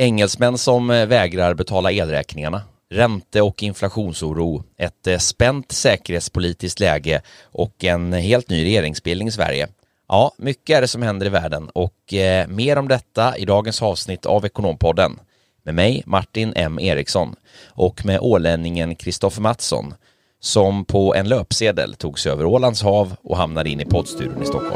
Engelsmän som vägrar betala elräkningarna, ränte- och inflationsoro, ett spänt säkerhetspolitiskt läge och en helt ny regeringsbildning i Sverige. Ja, mycket är det som händer i världen och mer om detta i dagens avsnitt av Ekonompodden. Med mig, Martin M. Eriksson, och med ålänningen Kristoffer Mattsson, som på en löpsedel tog sig över Ålands hav och hamnade in i poddstudion i Stockholm.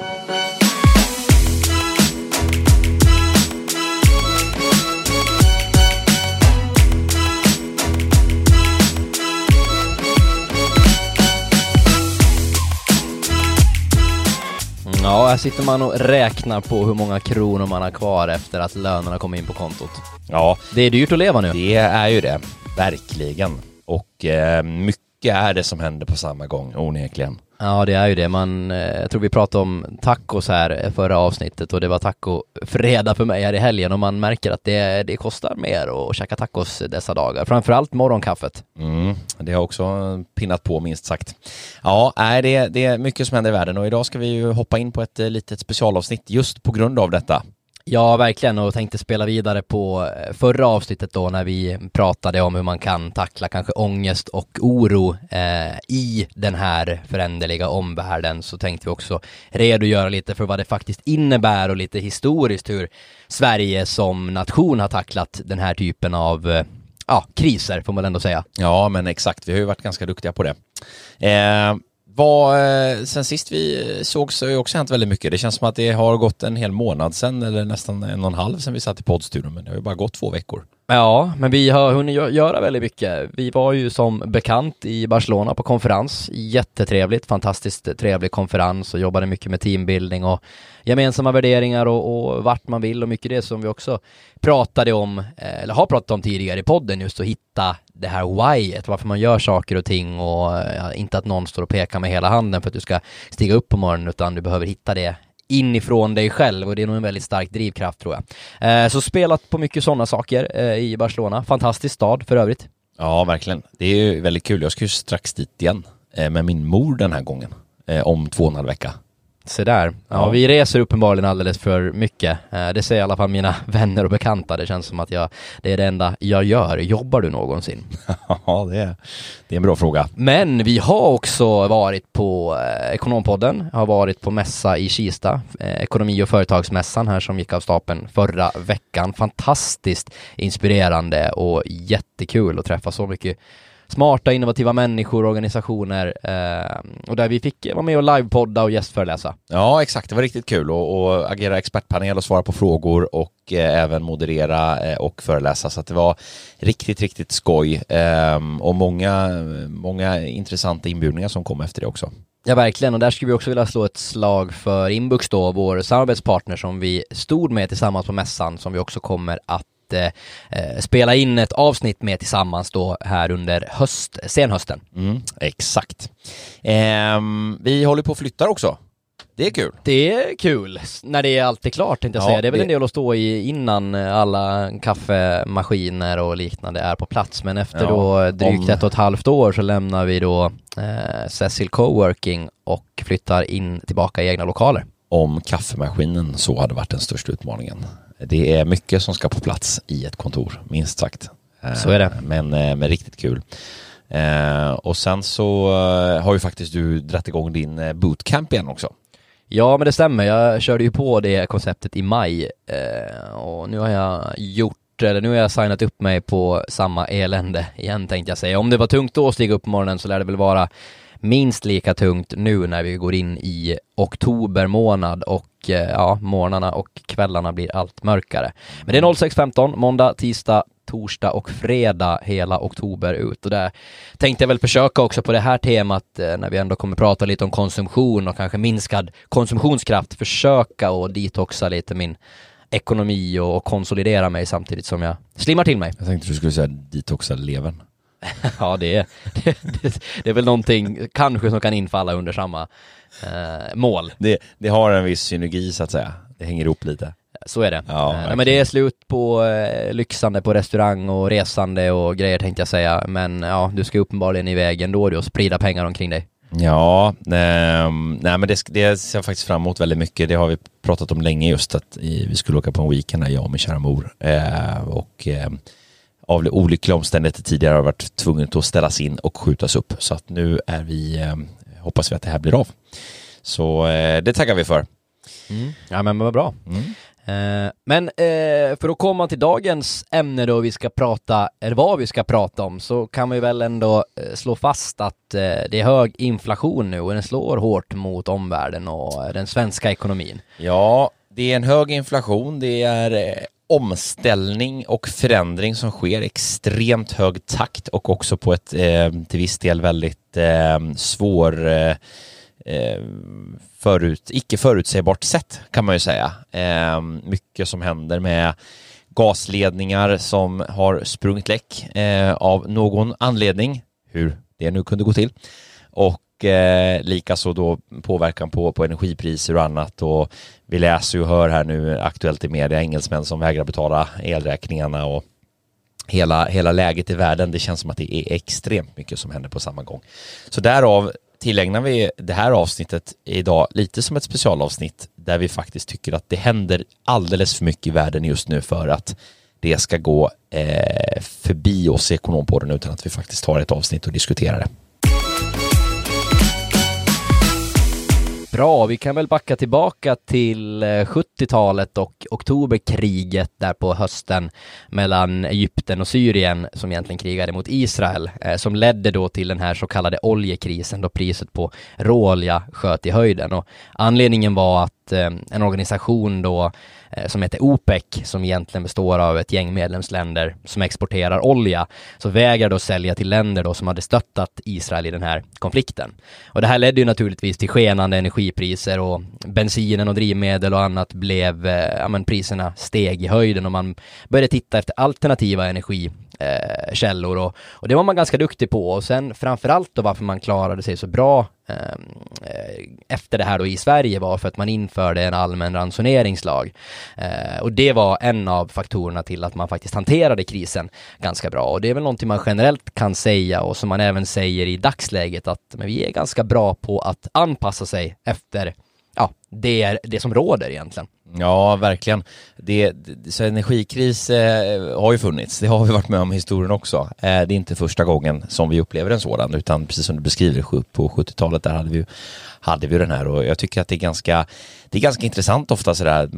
Ja, här sitter man och räknar på hur många kronor man har kvar efter att lönerna kommer in på kontot. Ja, Det är dyrt att leva nu. det är ju det, verkligen. Och mycket är det som händer på samma gång, onekligen. Ja, det är ju det. Jag tror vi pratade om tacos här förra avsnittet och det var taco-fredag för mig här i helgen och man märker att det kostar mer att käka tacos dessa dagar. Framförallt morgonkaffet. Det har också pinnat på minst sagt. Ja, det är mycket som händer i världen och idag ska vi ju hoppa in på ett litet specialavsnitt just på grund av detta. Ja, verkligen, och tänkte spela vidare på förra avsnittet då när vi pratade om hur man kan tackla kanske ångest och oro i den här föränderliga omvärlden, så tänkte vi också redogöra lite för vad det faktiskt innebär och lite historiskt hur Sverige som nation har tacklat den här typen av kriser, får man ändå säga. Ja, men exakt. Vi har ju varit ganska duktiga på det. Sen sist vi såg så har ju också hänt väldigt mycket. Det känns som att det har gått en hel månad sen, eller nästan 1,5 sen vi satt i poddstudion, men det har ju bara gått 2 veckor. Ja, men vi har hunnit göra väldigt mycket. Vi var ju som bekant i Barcelona på konferens. Jättetrevligt, fantastiskt trevlig konferens och jobbade mycket med teambuilding och gemensamma värderingar och vart man vill och mycket det som vi också pratade om, eller har pratat om tidigare i podden, just att hitta det här whyet, varför man gör saker och ting och inte att någon står och pekar med hela handen för att du ska stiga upp på morgonen, utan du behöver hitta det inifrån dig själv och det är nog en väldigt stark drivkraft, tror jag. Så spelat på mycket sådana saker i Barcelona. Fantastisk stad för övrigt. Ja, verkligen. Det är ju väldigt kul. Jag ska ju strax dit igen med min mor den här gången om 2,5 veckor. Så där. Ja, vi reser uppenbarligen alldeles för mycket. Det säger i alla fall mina vänner och bekanta. Det känns som att det är det enda jag gör. Jobbar du någonsin? Ja, det är en bra fråga. Men vi har också varit på Ekonompodden. Har varit på mässa i Kista. Ekonomi- och företagsmässan här som gick av stapeln förra veckan. Fantastiskt inspirerande och jättekul att träffa så mycket smarta, innovativa människor och organisationer och där vi fick vara med och livepodda och gästföreläsa. Ja, exakt. Det var riktigt kul att agera expertpanel och svara på frågor och även moderera och föreläsa. Så att det var riktigt, riktigt skoj och många intressanta inbjudningar som kom efter det också. Ja, verkligen. Och där skulle vi också vilja slå ett slag för Inbux då, vår samarbetspartner som vi stod med tillsammans på mässan, som vi också kommer att spela in ett avsnitt med tillsammans då här under senhösten. Exakt. Vi håller på att flytta också. Det är kul. Det är kul när det är alltid klart, tänkte jag säga. Det är väl en del att stå i innan alla kaffemaskiner och liknande är på plats. Men efter då drygt 1,5 år så lämnar vi då Cecil Coworking och flyttar in tillbaka i egna lokaler. Om kaffemaskinen så hade varit den största utmaningen. Det är mycket som ska på plats i ett kontor, minst sagt. Så är det. Men riktigt kul. Och sen så har ju faktiskt du dratt igång din bootcamp igen också. Ja, men det stämmer. Jag körde ju på det konceptet i maj och nu har jag signat upp mig på samma elände igen, tänkte jag säga. Om det var tungt då att stiga upp på morgonen så lär det väl vara minst lika tungt nu när vi går in i oktober månad och morgnarna och kvällarna blir allt mörkare. Men det är 06.15, måndag, tisdag, torsdag och fredag hela oktober ut. Och där tänkte jag väl försöka också på det här temat när vi ändå kommer prata lite om konsumtion och kanske minskad konsumtionskraft, försöka och detoxa lite min ekonomi och konsolidera mig samtidigt som jag slimmar till mig. Jag tänkte du skulle säga detoxa levern. Ja, det är väl någonting kanske som kan infalla under samma mål. Det har en viss synergi så att säga. Det hänger ihop lite. Så är det. Ja, men det är slut på lyxande på restaurang och resande och grejer, tänkte jag säga. Men ja, du ska uppenbarligen iväg ändå och sprida pengar omkring dig. Ja, nej men det ser jag faktiskt fram emot väldigt mycket. Det har vi pratat om länge, just att vi skulle åka på en weekend här, jag och min kära mor. Av olyckliga omständigheter tidigare har varit tvunget att ställas in och skjutas upp. Så att nu är hoppas vi att det här blir av. Så det tackar vi för. Ja, men vad bra. Men för att komma till dagens ämne då vi ska prata, eller vad vi ska prata om, så kan vi väl ändå slå fast att det är hög inflation nu och den slår hårt mot omvärlden och den svenska ekonomin. Ja, det är en hög inflation, det är omställning och förändring som sker extremt hög takt och också på ett till viss del väldigt svår icke förutsägbart sätt, kan man ju säga. Mycket som händer med gasledningar som har sprungit läck av någon anledning, hur det nu kunde gå till, och likaså då påverkan på energipriser och annat. Och vi läser och hör här nu aktuellt i media engelsmän som vägrar betala elräkningarna, och hela läget i världen, det känns som att det är extremt mycket som händer på samma gång. Så därav tillägnar vi det här avsnittet idag lite som ett specialavsnitt där vi faktiskt tycker att det händer alldeles för mycket i världen just nu för att det ska gå förbi oss i Ekonompodden, utan att vi faktiskt tar ett avsnitt och diskuterar det. Bra, vi kan väl backa tillbaka till 70-talet och oktoberkriget där på hösten mellan Egypten och Syrien, som egentligen krigade mot Israel, som ledde då till den här så kallade oljekrisen då priset på råolja sköt i höjden. Och anledningen var att en organisation då som heter OPEC, som egentligen består av ett gäng medlemsländer som exporterar olja, så vägrar då sälja till länder då som hade stöttat Israel i den här konflikten. Och det här ledde ju naturligtvis till skenande energipriser, och bensinen och drivmedel och annat blev, priserna steg i höjden och man började titta efter alternativa energikällor, och det var man ganska duktig på. Och sen framförallt då varför man klarade sig så bra efter det här då i Sverige var för att man införde en allmän ransoneringslag, och det var en av faktorerna till att man faktiskt hanterade krisen ganska bra. Och det är väl någonting man generellt kan säga, och som man även säger i dagsläget, att men vi är ganska bra på att anpassa sig efter det som råder egentligen. Ja, verkligen. Så energikris har ju funnits. Det har vi varit med om i historien också. Det är inte första gången som vi upplever en sådan, utan precis som du beskriver på 70-talet, där hade vi den här. Och jag tycker att det är ganska intressant ofta sådär.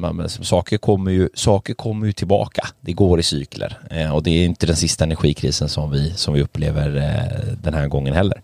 Saker kommer ju tillbaka. Det går i cykler. Och det är inte den sista energikrisen som vi upplever den här gången heller.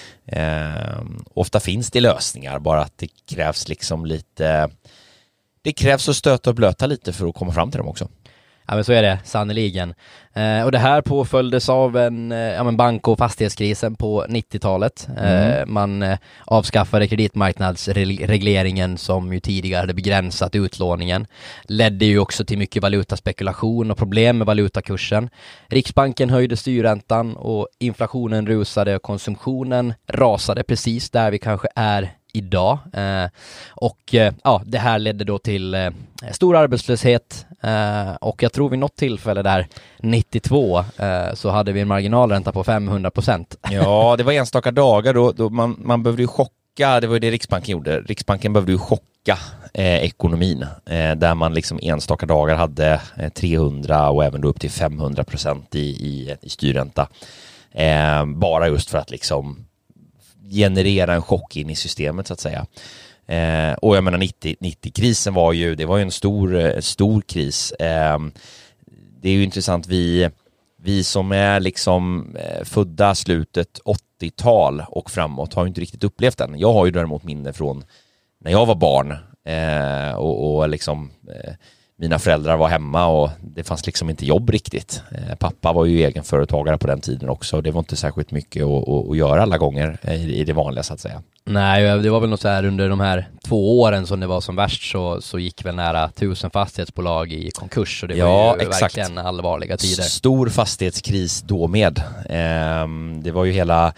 Ofta finns det lösningar, bara att det krävs liksom lite. Det krävs att stöta och blöta lite för att komma fram till dem också. Ja, men så är det sannoliken. Och det här påföljdes av en bank- och fastighetskrisen på 90-talet. Man avskaffade kreditmarknadsregleringen som ju tidigare hade begränsat utlåningen. Ledde ju också till mycket valutaspekulation och problem med valutakursen. Riksbanken höjde styrräntan och inflationen rusade och konsumtionen rasade precis där vi kanske är idag. Det här ledde då till stor arbetslöshet, och jag tror vid något tillfälle där 92 så hade vi en marginalränta på 500%. Ja, det var enstaka dagar då man behövde ju chocka, det var ju det Riksbanken gjorde. Riksbanken behövde ju chocka ekonomin, där man liksom enstaka dagar hade 300 och även då upp till 500% i styrränta. Bara just för att liksom generera en chock in i systemet så att säga. Och jag menar 90-krisen var ju en stor kris. Det är ju intressant, vi som är liksom födda slutet 80-tal och framåt har ju inte riktigt upplevt den. Jag har ju däremot minne från när jag var barn och liksom mina föräldrar var hemma och det fanns liksom inte jobb riktigt. Pappa var ju egenföretagare på den tiden också, och det var inte särskilt mycket att göra alla gånger i det vanliga så att säga. Nej, det var väl något så här under de här 2 åren som det var som värst så gick väl nära 1000 fastighetsbolag i konkurs, och det var ju exakt. Verkligen allvarliga tider. Stor fastighetskris då med. Det var ju hela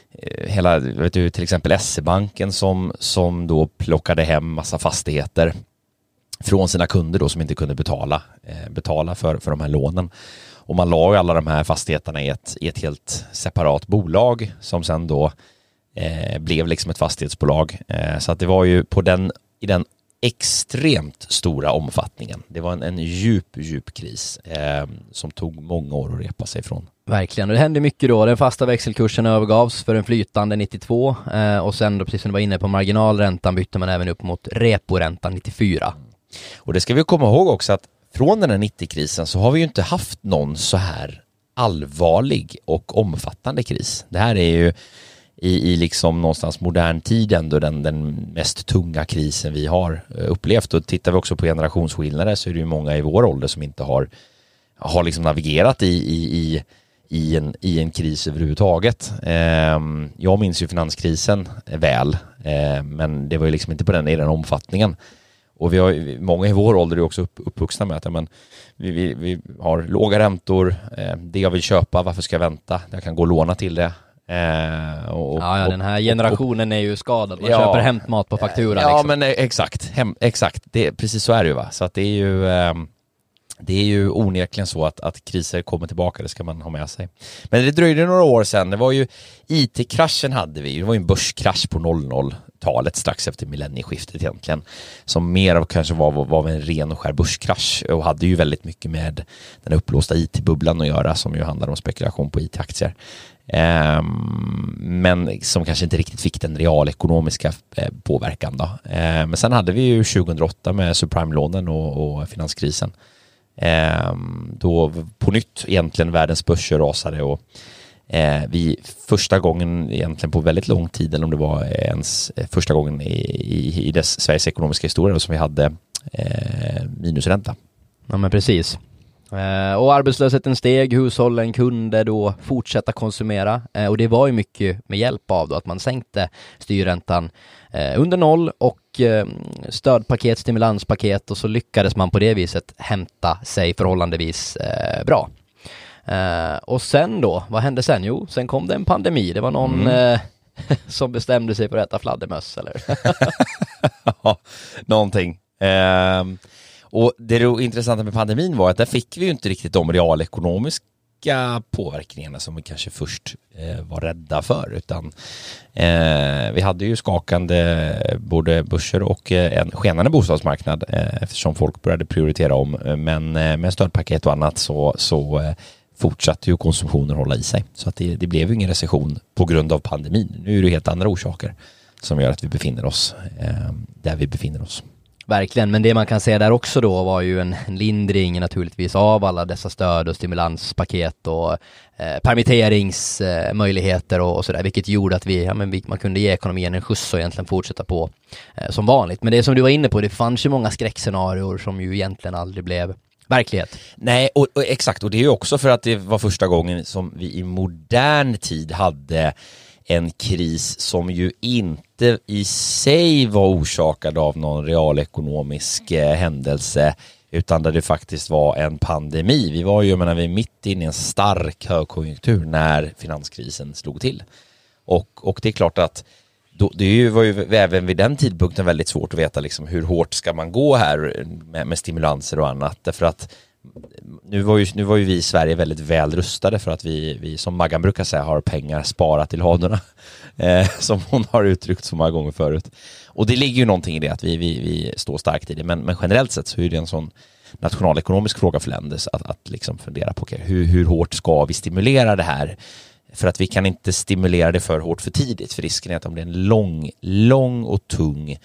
vet du, till exempel SE-banken som då plockade hem massa fastigheter från sina kunder då som inte kunde betala för de här lånen. Och man la ju alla de här fastigheterna i ett helt separat bolag som sen då blev liksom ett fastighetsbolag. Så att det var ju i den extremt stora omfattningen. Det var en djup kris som tog många år att repa sig ifrån. Verkligen, och det hände mycket då. Den fasta växelkursen övergavs för en flytande 92 och sen då, precis som du var inne på, marginalräntan bytte man även upp mot reporäntan 94. Och det ska vi komma ihåg också, att från den här 90-krisen så har vi ju inte haft någon så här allvarlig och omfattande kris. Det här är ju i liksom någonstans modern tid ändå den mest tunga krisen vi har upplevt. Och tittar vi också på generationsskillnader så är det ju många i vår ålder som inte har liksom navigerat i en kris överhuvudtaget. Jag minns ju finanskrisen väl, men det var ju liksom inte i den omfattningen. Och många i vår ålder är också uppvuxna med att vi har låga räntor, det jag vill köpa, varför ska jag vänta? Jag kan gå och låna till det. Den här generationen är ju skadad. Man köper hämtmat på faktura. Ja, liksom. Men exakt. Precis så är det ju, va? Så att det är ju onekligen så att kriser kommer tillbaka, det ska man ha med sig. Men det dröjde några år sedan. Det var ju IT-kraschen hade vi. Det var ju en börskrasch på 00-talet strax efter millennieskiftet egentligen. Som mer av kanske var en ren och skär börskrasch och hade ju väldigt mycket med den upplåsta IT-bubblan att göra, som ju handlar om spekulation på IT-aktier. Men som kanske inte riktigt fick den realekonomiska påverkan då. Men sen hade vi ju 2008 med subprime-lånen och finanskrisen. Då på nytt egentligen världens börser rasade och vi första gången egentligen på väldigt lång tid, eller om det var ens första gången i dess Sveriges ekonomiska historia som vi hade minusränta. Ja, men precis. Och arbetslösheten steg, hushållen kunde då fortsätta konsumera och det var ju mycket med hjälp av då att man sänkte styrräntan under noll och stödpaket, stimulanspaket, och så lyckades man på det viset hämta sig förhållandevis bra. Och sen då, vad hände sen? Jo, sen kom det en pandemi. Det var någon som bestämde sig för att äta fladdermöss, eller? Ja, någonting. Och det intressanta med pandemin var att där fick vi ju inte riktigt de realekonomiska påverkningarna som vi kanske först var rädda för, utan vi hade ju skakande både börser och en skenande bostadsmarknad eftersom folk började prioritera om, men med stödpaket och annat så fortsatte ju konsumtionen hålla i sig, så att det blev ju ingen recession på grund av pandemin. Nu är det helt andra orsaker som gör att vi befinner oss där vi befinner oss. Verkligen, men det man kan säga där också då var ju en lindring naturligtvis av alla dessa stöd och stimulanspaket och permitteringsmöjligheter och sådär, vilket gjorde att man kunde ge ekonomin en skjuts och egentligen fortsätta på som vanligt. Men det som du var inne på, det fanns ju många skräckscenarier som ju egentligen aldrig blev verklighet. Nej, och exakt, och det är ju också för att det var första gången som vi i modern tid hade en kris som ju inte i sig var orsakad av någon realekonomisk händelse, utan där det faktiskt var en pandemi. Vi var ju vi mitt inne i en stark högkonjunktur när finanskrisen slog till. Och det är klart att var ju även vid den tidpunkten väldigt svårt att veta liksom hur hårt ska man gå här med stimulanser och annat. Därför att nu var ju vi i Sverige väldigt väl rustade för att vi som Maggan brukar säga har pengar sparat till ladorna, som hon har uttryckt så många gånger förut. Och det ligger ju någonting i det att vi står starkt i det, men generellt sett så är det en sån nationalekonomisk fråga för länder att liksom fundera på hur hårt ska vi stimulera det här, för att vi kan inte stimulera det för hårt för tidigt, för risken är att om det är en lång och tung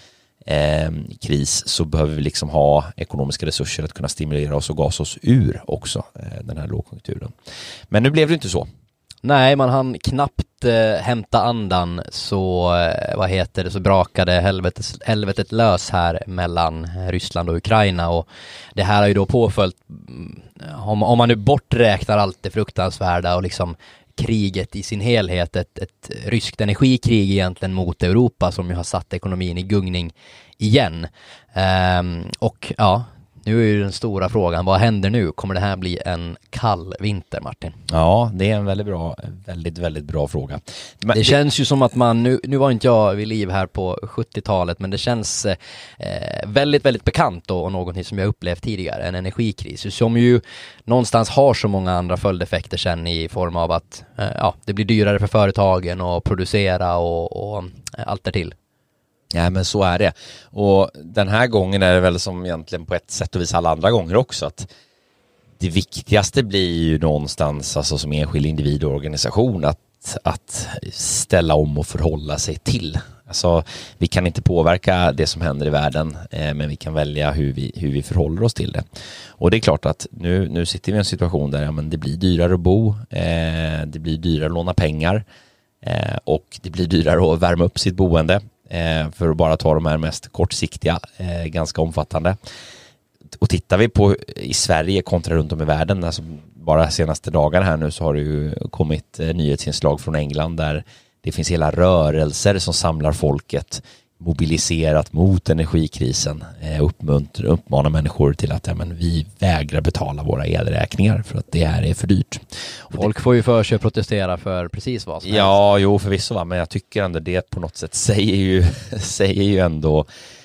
kris så behöver vi liksom ha ekonomiska resurser att kunna stimulera oss och gasa oss ur också den här lågkonjunkturen. Men nu blev det inte så. Nej, man hann knappt hämta andan så så brakade helvetet lös här mellan Ryssland och Ukraina, och det här har ju då påföljt, om man nu borträknar allt det fruktansvärda och liksom kriget i sin helhet, ett ryskt energikrig egentligen mot Europa som ju har satt ekonomin i gungning igen. Och ja, nu är ju den stora frågan, vad händer nu? Kommer det här bli en kall vinter, Martin? Ja, det är en väldigt bra fråga. Men det känns ju som att man, nu var inte jag vid liv här på 70-talet, men det känns väldigt bekant och någonting som jag upplevt tidigare, en energikris som ju någonstans har så många andra följdeffekter sen i form av att det blir dyrare för företagen att producera och allt därtill. Ja, men så är det. Och den här gången är det väl som egentligen på ett sätt och vis alla andra gånger också, att det viktigaste blir ju någonstans, alltså som enskild individ och organisation, att ställa om och förhålla sig till. Alltså, vi kan inte påverka det som händer i världen, men vi kan välja hur vi förhåller oss till det. Och det är klart att nu sitter vi i en situation där det blir dyrare att bo, det blir dyrare att låna pengar, och det blir dyrare att värma upp sitt boende, för att bara ta de här mest kortsiktiga, ganska omfattande. Och tittar vi på i Sverige kontra runt om i världen, alltså bara senaste dagarna här nu, så har det ju kommit nyhetsinslag från England där det finns hela rörelser som samlar folket mobiliserat mot energikrisen, uppmanar människor till att vi vägrar betala våra elräkningar för att det här är för dyrt. Folk får ju för sig att protestera för precis vad som helst. Ja, jo förvisso, va, men jag tycker ändå det på något sätt säger ju ändå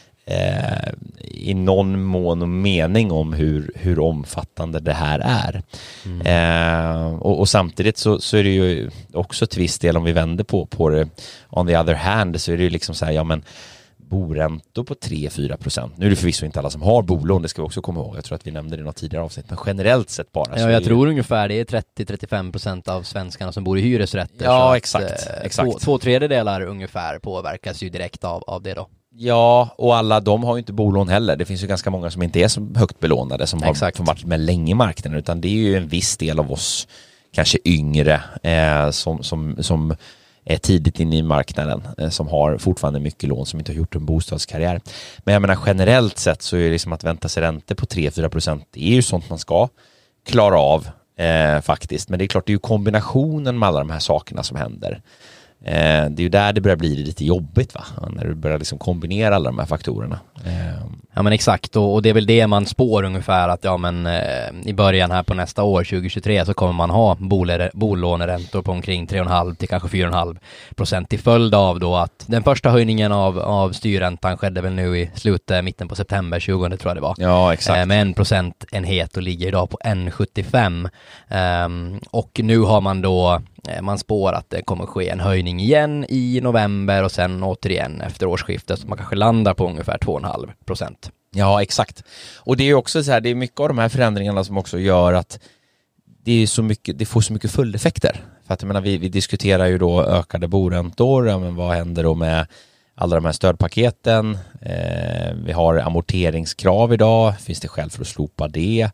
i någon mån och mening om hur omfattande det här är. Och samtidigt så är det ju också till viss del, om vi vänder på det, on the other hand, så är det ju liksom så här, boräntor på 3-4%. Nu är det förvisso inte alla som har bolån, det ska vi också komma ihåg. Jag tror att vi nämnde det i något tidigare avsnitt, men generellt sett bara. Ja, jag tror ungefär det är 30-35% av svenskarna som bor i hyresrätter. Ja, så exakt. 2/3 ungefär påverkas ju direkt av det då. Ja, och alla de har ju inte bolån heller. Det finns ju ganska många som inte är så högt belånade, som har varit med länge i marknaden, utan det är ju en viss del av oss, kanske yngre, som är tidigt inne i marknaden, som har fortfarande mycket lån, som inte har gjort en bostadskarriär. Men jag menar generellt sett så är det liksom att vänta sig räntor på 3-4%, det är ju sånt man ska klara av faktiskt. Men det är klart, det är ju kombinationen med alla de här sakerna som händer. Det är ju där det börjar bli lite jobbigt, va? När du börjar liksom kombinera alla de här faktorerna. Ja, men exakt, och det är väl det man spår ungefär, att i början här på nästa år 2023 så kommer man ha bolåneräntor på omkring 3,5 till kanske 4,5% till följd av då att den första höjningen av styrräntan skedde väl nu i mitten på september 20 tror jag det var. Ja, exakt. Med 1 procentenhet och ligger idag på 1,75. Och nu har man då man spår att det kommer ske en höjning igen i november och sen återigen efter årsskiftet, så man kanske landar på ungefär 2,5%. Ja, exakt. Och det är också så här, det är mycket av de här förändringarna som också gör att det får så mycket följdeffekter. För att jag menar, vi diskuterar ju då ökade boräntor, men vad händer då med alla de här stödpaketen? Vi har amorteringskrav idag, finns det skäl för att slopa det?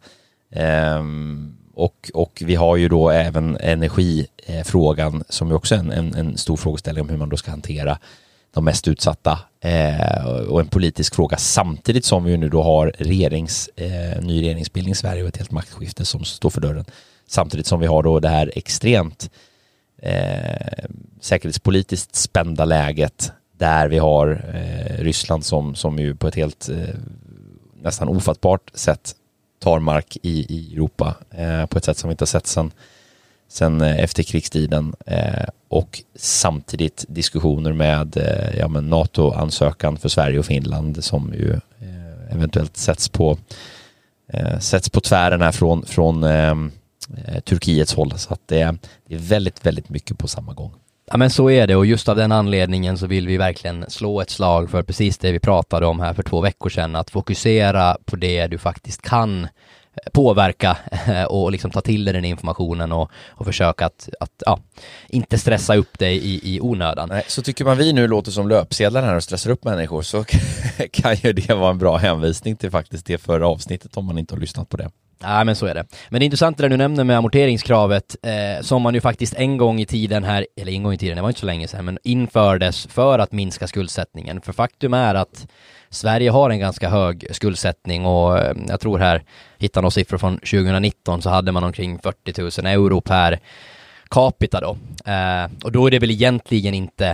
Och vi har ju då även energifrågan, som är också en stor frågeställning om hur man då ska hantera de mest utsatta, och en politisk fråga, samtidigt som vi nu då har ny regeringsbildning i Sverige och ett helt maktskifte som står för dörren, samtidigt som vi har då det här extremt säkerhetspolitiskt spända läget där vi har Ryssland som ju på ett helt nästan ofattbart sätt tar mark i Europa på ett sätt som vi inte har sett sen efterkrigstiden, och samtidigt diskussioner med NATO-ansökan för Sverige och Finland som ju eventuellt sätts på tvären här från Turkiets håll, så att det är väldigt mycket på samma gång. Ja, men så är det, och just av den anledningen så vill vi verkligen slå ett slag för precis det vi pratade om här för 2 veckor sedan, att fokusera på det du faktiskt kan påverka och liksom ta till dig den informationen och försöka att inte stressa upp dig i onödan. Nej, så tycker man vi nu låter som löpsedlar här och stressar upp människor, så kan ju det vara en bra hänvisning till faktiskt det förra avsnittet om man inte har lyssnat på det. Ja, men så är det. Men det är intressant det där du nämnde med amorteringskravet, som man ju faktiskt en gång i tiden, det var inte så länge sedan, men infördes för att minska skuldsättningen. För faktum är att Sverige har en ganska hög skuldsättning, och jag tror här, hittar några siffror från 2019, så hade man omkring 40 000 euro per capita då. Och då är det väl egentligen inte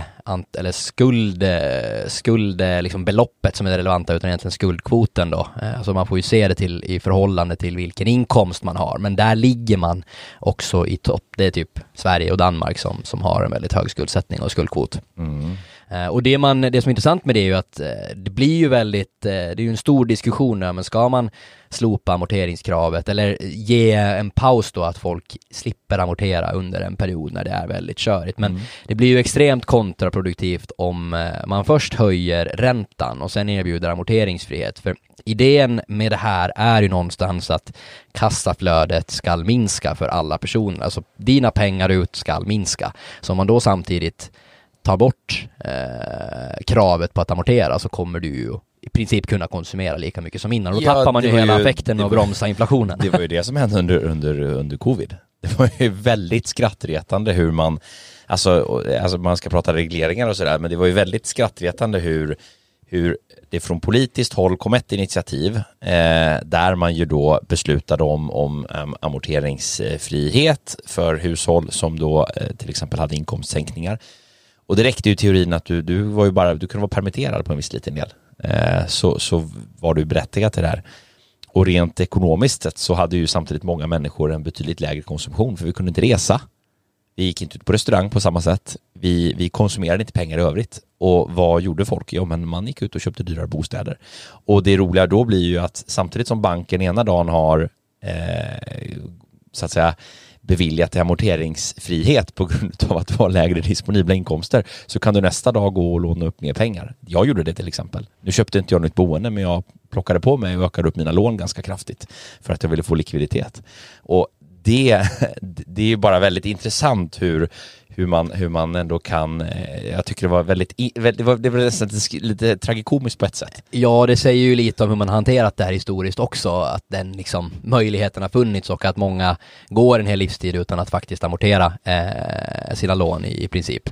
skuld liksom beloppet som är det relevanta, utan egentligen skuldkvoten då. Alltså man får ju se det i förhållande till vilken inkomst man har. Men där ligger man också i topp. Det är typ Sverige och Danmark som har en väldigt hög skuldsättning och skuldkvot. Och det som är intressant med det är ju att det blir ju det är ju en stor diskussion där, men ska man slopa amorteringskravet eller ge en paus då att folk slipper amortera under en period när det är väldigt körigt. Men det blir ju extremt kontraproduktivt om man först höjer räntan och sen erbjuder amorteringsfrihet. För idén med det här är ju någonstans att kassaflödet ska minska för alla personer. Alltså dina pengar ut ska minska. Så om man då samtidigt tar bort kravet på att amortera, så kommer du ju i princip kunna konsumera lika mycket som innan. Och då tappar man ju hela effekten av att bromsa inflationen. Det var ju det som hände under covid. Det var ju väldigt skrattretande hur man, alltså man ska prata regleringar och sådär, men det var ju väldigt skrattretande hur det från politiskt håll kom ett initiativ där man ju då beslutade om amorteringsfrihet för hushåll som då till exempel hade inkomstsänkningar. Och det räckte ju teorin att du kunde vara permitterad på en viss liten del. Så var du berättigad till det här. Och rent ekonomiskt sett så hade ju samtidigt många människor en betydligt lägre konsumtion, för vi kunde inte resa. Vi gick inte ut på restaurang på samma sätt. Vi konsumerade inte pengar i övrigt. Och vad gjorde folk? Ja, men man gick ut och köpte dyrare bostäder. Och det roliga då blir ju att samtidigt som banken ena dagen har så att säga beviljat amorteringsfrihet på grund av att du har lägre disponibla inkomster, så kan du nästa dag gå och låna upp mer pengar. Jag gjorde det till exempel. Nu köpte inte jag något boende, men jag plockade på mig och ökade upp mina lån ganska kraftigt för att jag ville få likviditet. Och det är bara väldigt intressant hur man ändå kan, jag tycker det var nästan lite tragikomiskt på ett sätt. Ja, det säger ju lite om hur man hanterat det här historiskt också, att den liksom möjligheten har funnits och att många går en hel livstid utan att faktiskt amortera sina lån i princip.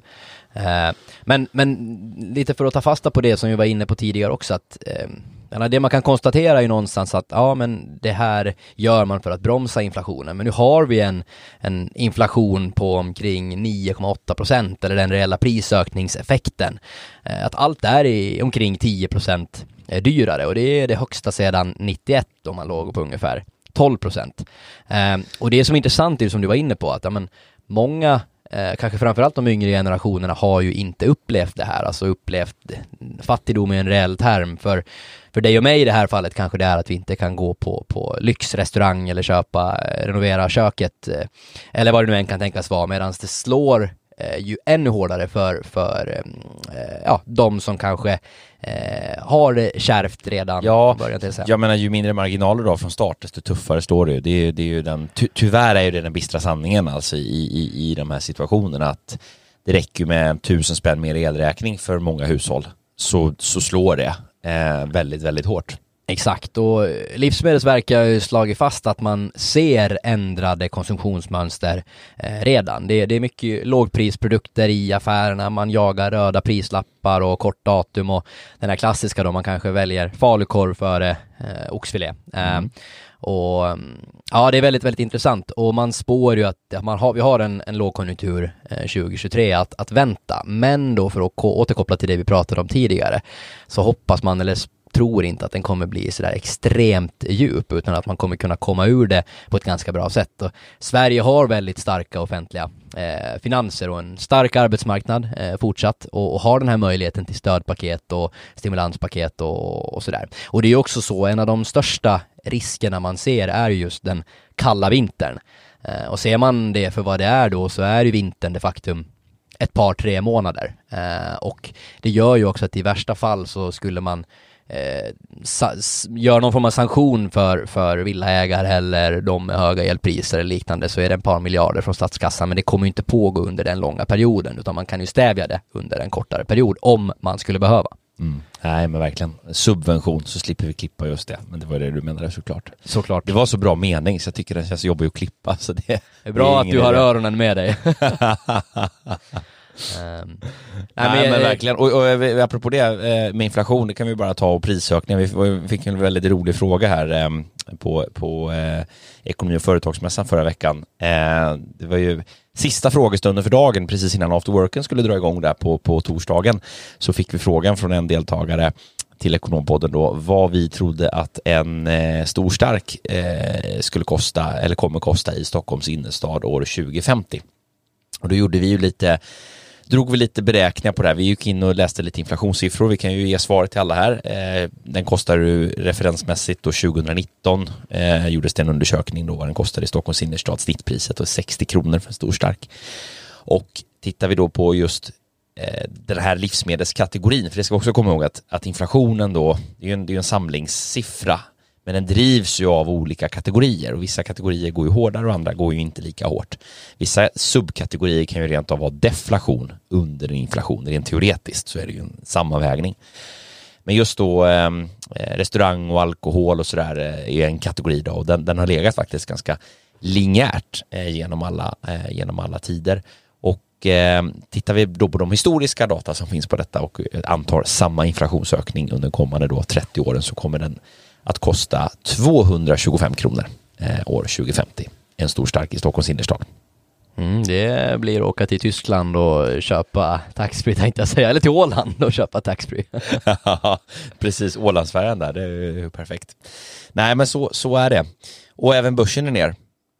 Men lite för att ta fasta på det som vi var inne på tidigare också, att det man kan konstatera är ju någonstans att men det här gör man för att bromsa inflationen. Men nu har vi en inflation på omkring 9,8%, eller den reella prisökningseffekten. Att allt är omkring 10% dyrare, och det är det högsta sedan 91 då man låg på ungefär 12%. Och det som är intressant är, som du var inne på, att många, kanske framförallt de yngre generationerna, har ju inte upplevt det här, alltså upplevt fattigdom i en reell term. För dig och mig i det här fallet kanske det är att vi inte kan gå på lyxrestaurang eller renovera köket eller vad det nu än kan tänkas vara, medan det slår ju ännu hårdare för de som kanske har det kärvt redan från början till sen. Jag menar, ju mindre marginaler då från start, desto tuffare står det. Det är ju tyvärr är ju det den bistra sanningen alltså i de här situationerna, att det räcker med 1000 spänn mer elräkning för många hushåll, så slår det väldigt, väldigt hårt. Exakt, och Livsmedelsverket har ju slagit fast att man ser ändrade konsumtionsmönster redan. Det är mycket lågprisprodukter i affärerna, man jagar röda prislappar och kort datum, och den här klassiska då, man kanske väljer falukorv före oxfilé. Och det är väldigt, väldigt intressant, och man spår ju att vi har en lågkonjunktur 2023 att vänta. Men då, för att återkoppla till det vi pratade om tidigare, så hoppas man, eller tror inte att den kommer bli så där extremt djup, utan att man kommer kunna komma ur det på ett ganska bra sätt. Och Sverige har väldigt starka offentliga finanser och en stark arbetsmarknad fortsatt, och har den här möjligheten till stödpaket och stimulanspaket och sådär. Och det är också så, en av de största riskerna man ser är just den kalla vintern. Och ser man det för vad det är då, så är ju vintern de facto ett par, 3 månader. Och det gör ju också att i värsta fall så skulle man gör någon form av sanktion för villaägare eller de med höga elpriser eller liknande, så är det ett par miljarder från statskassan, men det kommer ju inte pågå under den långa perioden, utan man kan ju stävja det under en kortare period om man skulle behöva. Nej, men verkligen. Subvention, så slipper vi klippa just det. Men det var det du menade såklart. Såklart. Det var så bra mening, så jag tycker det känns jobbigt att klippa. Så det är bra att du har öronen med dig. Nej, men verkligen. Och apropå det med inflation, det kan vi bara ta, och prisökningar. Vi fick en väldigt rolig fråga här på ekonomi- och företagsmässan förra veckan. Det var ju sista frågestunden för dagen, precis innan afterworken skulle dra igång där på torsdagen, så fick vi frågan från en deltagare till Ekonompodden då, vad vi trodde att en stor stark skulle kosta eller kommer kosta i Stockholms innerstad år 2050. Och då gjorde vi ju drog vi lite beräkningar på det här. Vi gick in och läste lite inflationssiffror. Vi kan ju ge svaret till alla här. Den kostar ju referensmässigt då 2019 gjordes det en undersökning då vad den kostade i Stockholms innerstad. Snittpriset och 60 kronor för en stor stark. Och tittar vi då på just den här livsmedelskategorin, för det ska vi också komma ihåg att inflationen då, det är ju en samlingssiffra, men den drivs ju av olika kategorier, och vissa kategorier går ju hårdare och andra går ju inte lika hårt. Vissa subkategorier kan ju rent av vara deflation under en inflation. Rent teoretiskt så är det ju en sammanvägning. Men just då restaurang och alkohol och sådär är en kategori då, och den har legat faktiskt ganska linjärt genom alla tider. Och tittar vi då på de historiska data som finns på detta och antar samma inflationsökning under kommande då 30 åren, så kommer den att kosta 225 kronor år 2050. En stor stark i Stockholms innerstad. Det blir att åka till Tyskland och köpa taxfree, tänkte jag säga. Eller till Åland och köpa taxfree. Precis, Ålandsfärjan där, det är perfekt. Nej, men så är det. Och även börsen är ner.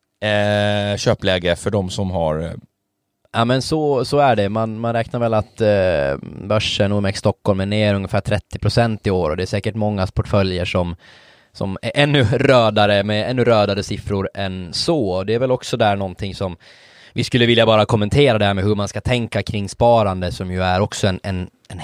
Köpläge för de som har... Ja, men så är det. Man räknar väl att börsen OMX Stockholm är ner ungefär 30% i år, och det är säkert många portföljer som är ännu rödare, med ännu rödare siffror än så. Det är väl också där någonting som vi skulle vilja bara kommentera, där med hur man ska tänka kring sparande, som ju är också ett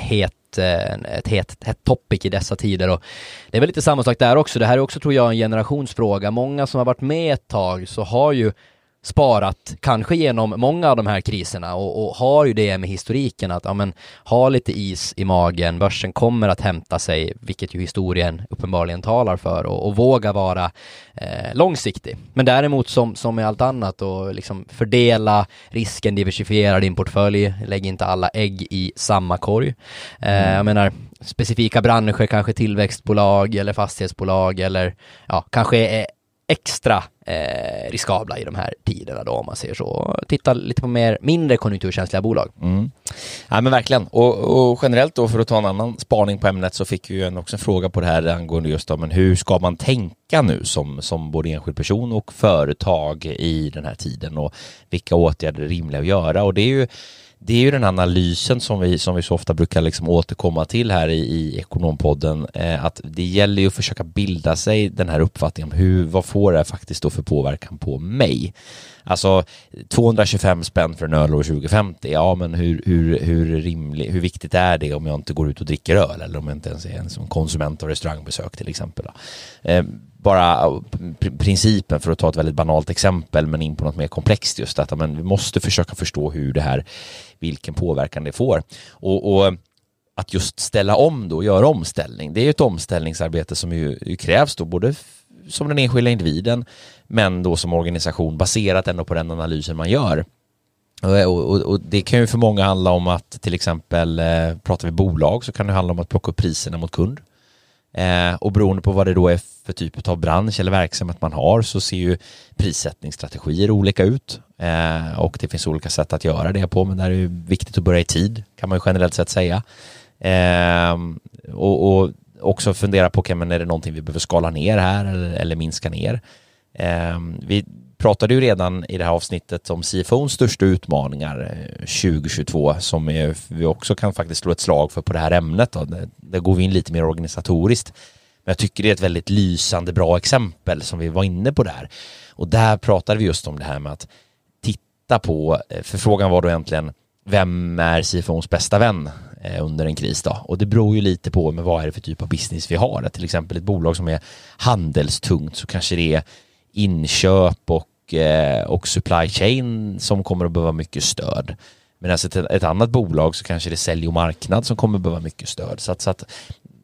het topic i dessa tider. Och det är väl lite samma sak där också. Det här är också, tror jag, en generationsfråga. Många som har varit med ett tag så har ju sparat kanske genom många av de här kriserna och har ju det med historiken att ha lite is i magen, börsen kommer att hämta sig, vilket ju historien uppenbarligen talar för, och våga vara långsiktig. Men däremot som med allt annat, och liksom fördela risken, diversifiera din portfölj, lägg inte alla ägg i samma korg. Jag menar, specifika branscher, kanske tillväxtbolag eller fastighetsbolag, eller kanske extra riskabla i de här tiderna då, om man ser så. Titta lite på mindre konjunkturkänsliga bolag. Ja, men verkligen. Och generellt då, för att ta en annan spaning på ämnet, så fick vi ju också en fråga på det här angående just då, men hur ska man tänka nu som både enskild person och företag i den här tiden, och vilka åtgärder är rimliga att göra? Och det är ju den analysen som vi så ofta brukar liksom återkomma till här i Ekonompodden, att det gäller ju att försöka bilda sig den här uppfattningen om vad får det faktiskt då för påverkan på mig. Alltså 225 spänn för en öl år 2050, ja men hur viktigt är det om jag inte går ut och dricker öl, eller om jag inte ens är en som konsument av restaurangbesök till exempel då. Bara principen, för att ta ett väldigt banalt exempel men in på något mer komplext, just att vi måste försöka förstå vilken påverkan det får. Och att just ställa om då, göra omställning, det är ju ett omställningsarbete som ju krävs då, både som den enskilda individen men då som organisation, baserat ändå på den analysen man gör. Och det kan ju för många handla om att till exempel pratar vi bolag, så kan det handla om att plocka upp priserna mot kund. Och beroende på vad det då är för typ av bransch eller verksamhet man har, så ser ju prissättningsstrategier olika ut, och det finns olika sätt att göra det på, men där är det viktigt att börja i tid, kan man ju generellt sett säga, och också fundera på, men är det någonting vi behöver skala ner här eller minska ner? Vi pratade ju redan i det här avsnittet om CFO:s största utmaningar 2022, som vi också kan faktiskt slå ett slag för på det här ämnet då. Där går vi in lite mer organisatoriskt. Men jag tycker det är ett väldigt lysande bra exempel som vi var inne på där. Och där pratade vi just om det här med att titta på, för frågan var då egentligen, vem är CFO:s bästa vän under en kris då? Och det beror ju lite på med vad är det för typ av business vi har. Till exempel ett bolag som är handelstungt, så kanske det är inköp och supply chain som kommer att behöva mycket stöd. Men alltså ett annat bolag så kanske det är sälj och marknad som kommer att behöva mycket stöd. Så att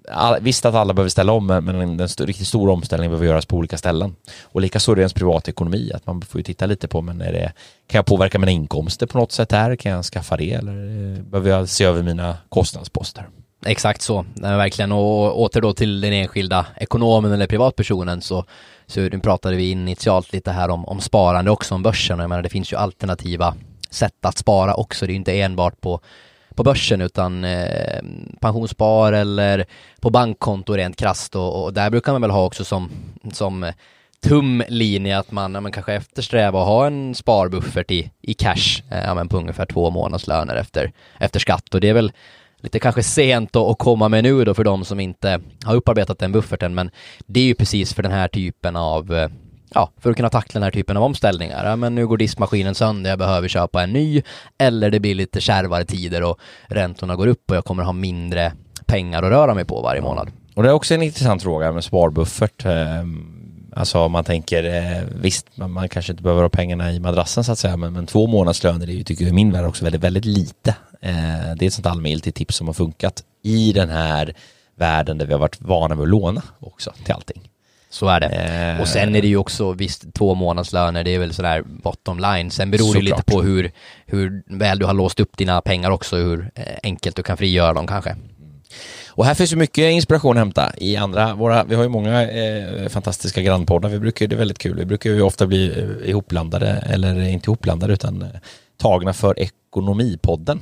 visst att alla behöver ställa om, men den riktigt stora omställningen behöver göras på olika ställen. Och likaså är det ens privatekonomi, att man får ju titta lite på, men kan jag påverka mina inkomster på något sätt här? Kan jag skaffa det? Eller behöver jag se över mina kostnadsposter? Exakt så, verkligen. Och åter då till den enskilda ekonomen eller privatpersonen, så nu pratade vi initialt lite här om sparande också, om börsen. Jag menar, det finns ju alternativa sätt att spara också. Det är ju inte enbart på börsen, utan pensionsspar eller på bankkonto rent krasst. Och där brukar man väl ha också som tumlinje att man kanske eftersträvar att ha en sparbuffert i cash på ungefär 2 månadslöner efter skatt. Och det är väl lite kanske sent att komma med nu då för de som inte har upparbetat den bufferten, men det är ju precis för den här typen av för att kunna tackla den här typen av omställningar. Men nu går diskmaskinen sönder, jag behöver köpa en ny, eller det blir lite kärvare tider och räntorna går upp och jag kommer ha mindre pengar att röra mig på varje månad. Och det är också en intressant fråga med sparbuffert. Alltså om man tänker, visst, man kanske inte behöver ha pengarna i madrassen så att säga, men 2 månadslöner är ju, tycker jag, i min värld också väldigt, väldigt lite. Det är ett sånt allmängiltigt tips som har funkat i den här världen där vi har varit vana vid att låna också till allting. Så är det. Och sen är det ju också, visst, 2 månadslöner, det är väl sådär bottom line. Sen beror det lite på hur väl du har låst upp dina pengar också, hur enkelt du kan frigöra dem kanske. Och här finns ju mycket inspiration att hämta i vi har ju många fantastiska grannpoddar. Det är väldigt kul. Vi brukar ju ofta bli ihopblandade, eller inte ihopblandade utan tagna för Ekonomipodden.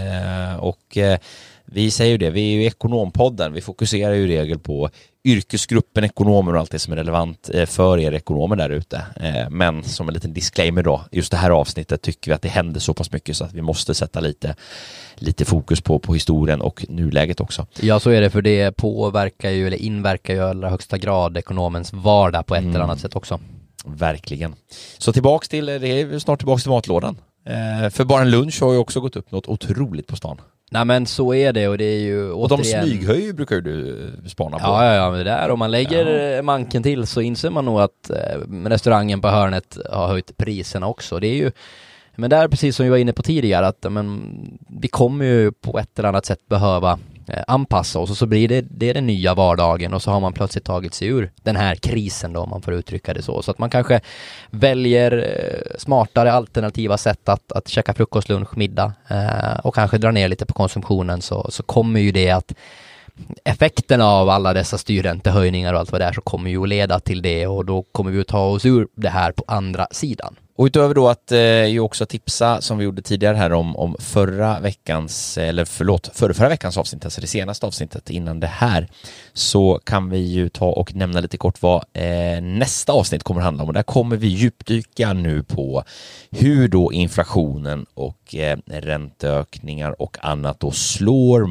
Vi säger ju det, vi är ju Ekonompodden. Vi fokuserar ju i regel på yrkesgruppen ekonomer och allt det som är relevant för er ekonomer där ute. Men som en liten disclaimer då, just det här avsnittet tycker vi att det händer så pass mycket så att vi måste sätta lite fokus på historien och nuläget också. Ja, så är det, för det påverkar ju, eller inverkar ju i allra högsta grad ekonomens vardag på ett eller annat sätt också. Verkligen. Så det är snart tillbaks till matlådan. För bara en lunch har ju också gått upp något otroligt på stan. Nej, men så är det, och det är ju och återigen... de smyghöj brukar du spana på. Ja, men det där, om man lägger manken till så inser man nog att restaurangen på hörnet har höjt priserna också. Det är ju, men där, precis som vi var inne på tidigare, att vi kommer ju på ett eller annat sätt behöva anpassa oss, och så blir det den nya vardagen, och så har man plötsligt tagit sig ur den här krisen då, om man får uttrycka det så att man kanske väljer smartare alternativa sätt att käka frukost, lunch, middag och kanske dra ner lite på konsumtionen, så kommer ju det att effekten av alla dessa styrräntehöjningar och allt vad det är, så kommer ju att leda till det, och då kommer vi att ta oss ur det här på andra sidan. Och utöver då att ju också tipsa, som vi gjorde tidigare här, om förra veckans avsnitt, alltså det senaste avsnittet innan det här, så kan vi ju ta och nämna lite kort vad nästa avsnitt kommer att handla om. Och där kommer vi djupdyka nu på hur då inflationen och ränteökningar och annat då slår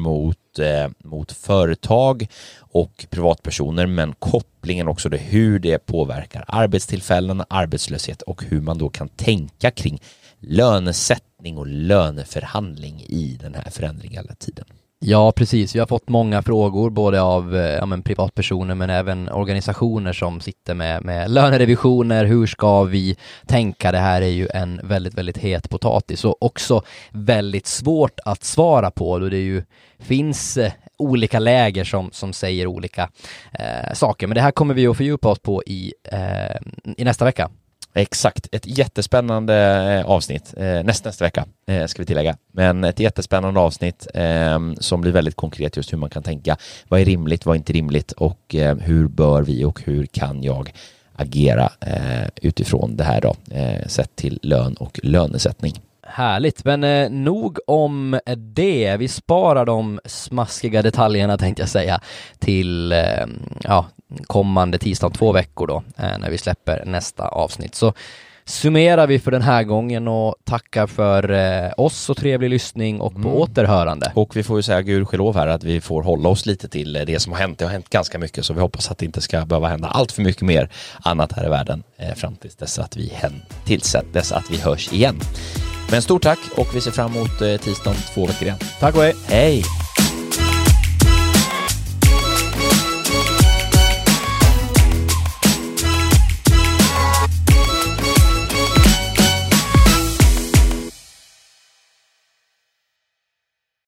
mot företag och privatpersoner, men kopplingen också det, hur det påverkar arbetstillfällen, arbetslöshet och hur man då kan tänka kring lönesättning och löneförhandling i den här förändriga tiden. Ja, precis. Vi har fått många frågor både av privatpersoner men även organisationer som sitter med lönerevisioner. Hur ska vi tänka? Det här är ju en väldigt, väldigt het potatis och också väldigt svårt att svara på, då det ju finns olika läger som säger olika saker. Men det här kommer vi att fördjupa oss på i nästa vecka. Exakt, ett jättespännande avsnitt nästa vecka ska vi tillägga, men ett jättespännande avsnitt som blir väldigt konkret, just hur man kan tänka, vad är rimligt, vad är inte rimligt, och hur bör vi och hur kan jag agera utifrån det här då, sett till lön och lönesättning. Härligt, men nog om det. Vi sparar de smaskiga detaljerna, tänkte jag säga, till kommande tisdag om 2 veckor då, när vi släpper nästa avsnitt. Så summerar vi för den här gången och tackar för oss och trevlig lyssning och på återhörande. Och vi får ju säga gudskelov här att vi får hålla oss lite till det som har hänt. Det har hänt ganska mycket, så vi hoppas att det inte ska behöva hända allt för mycket mer annat här i världen fram tills dess att vi hörs igen. Men stort tack, och vi ser fram emot tisdag om 2 veckor igen. Tack och hej! Hej!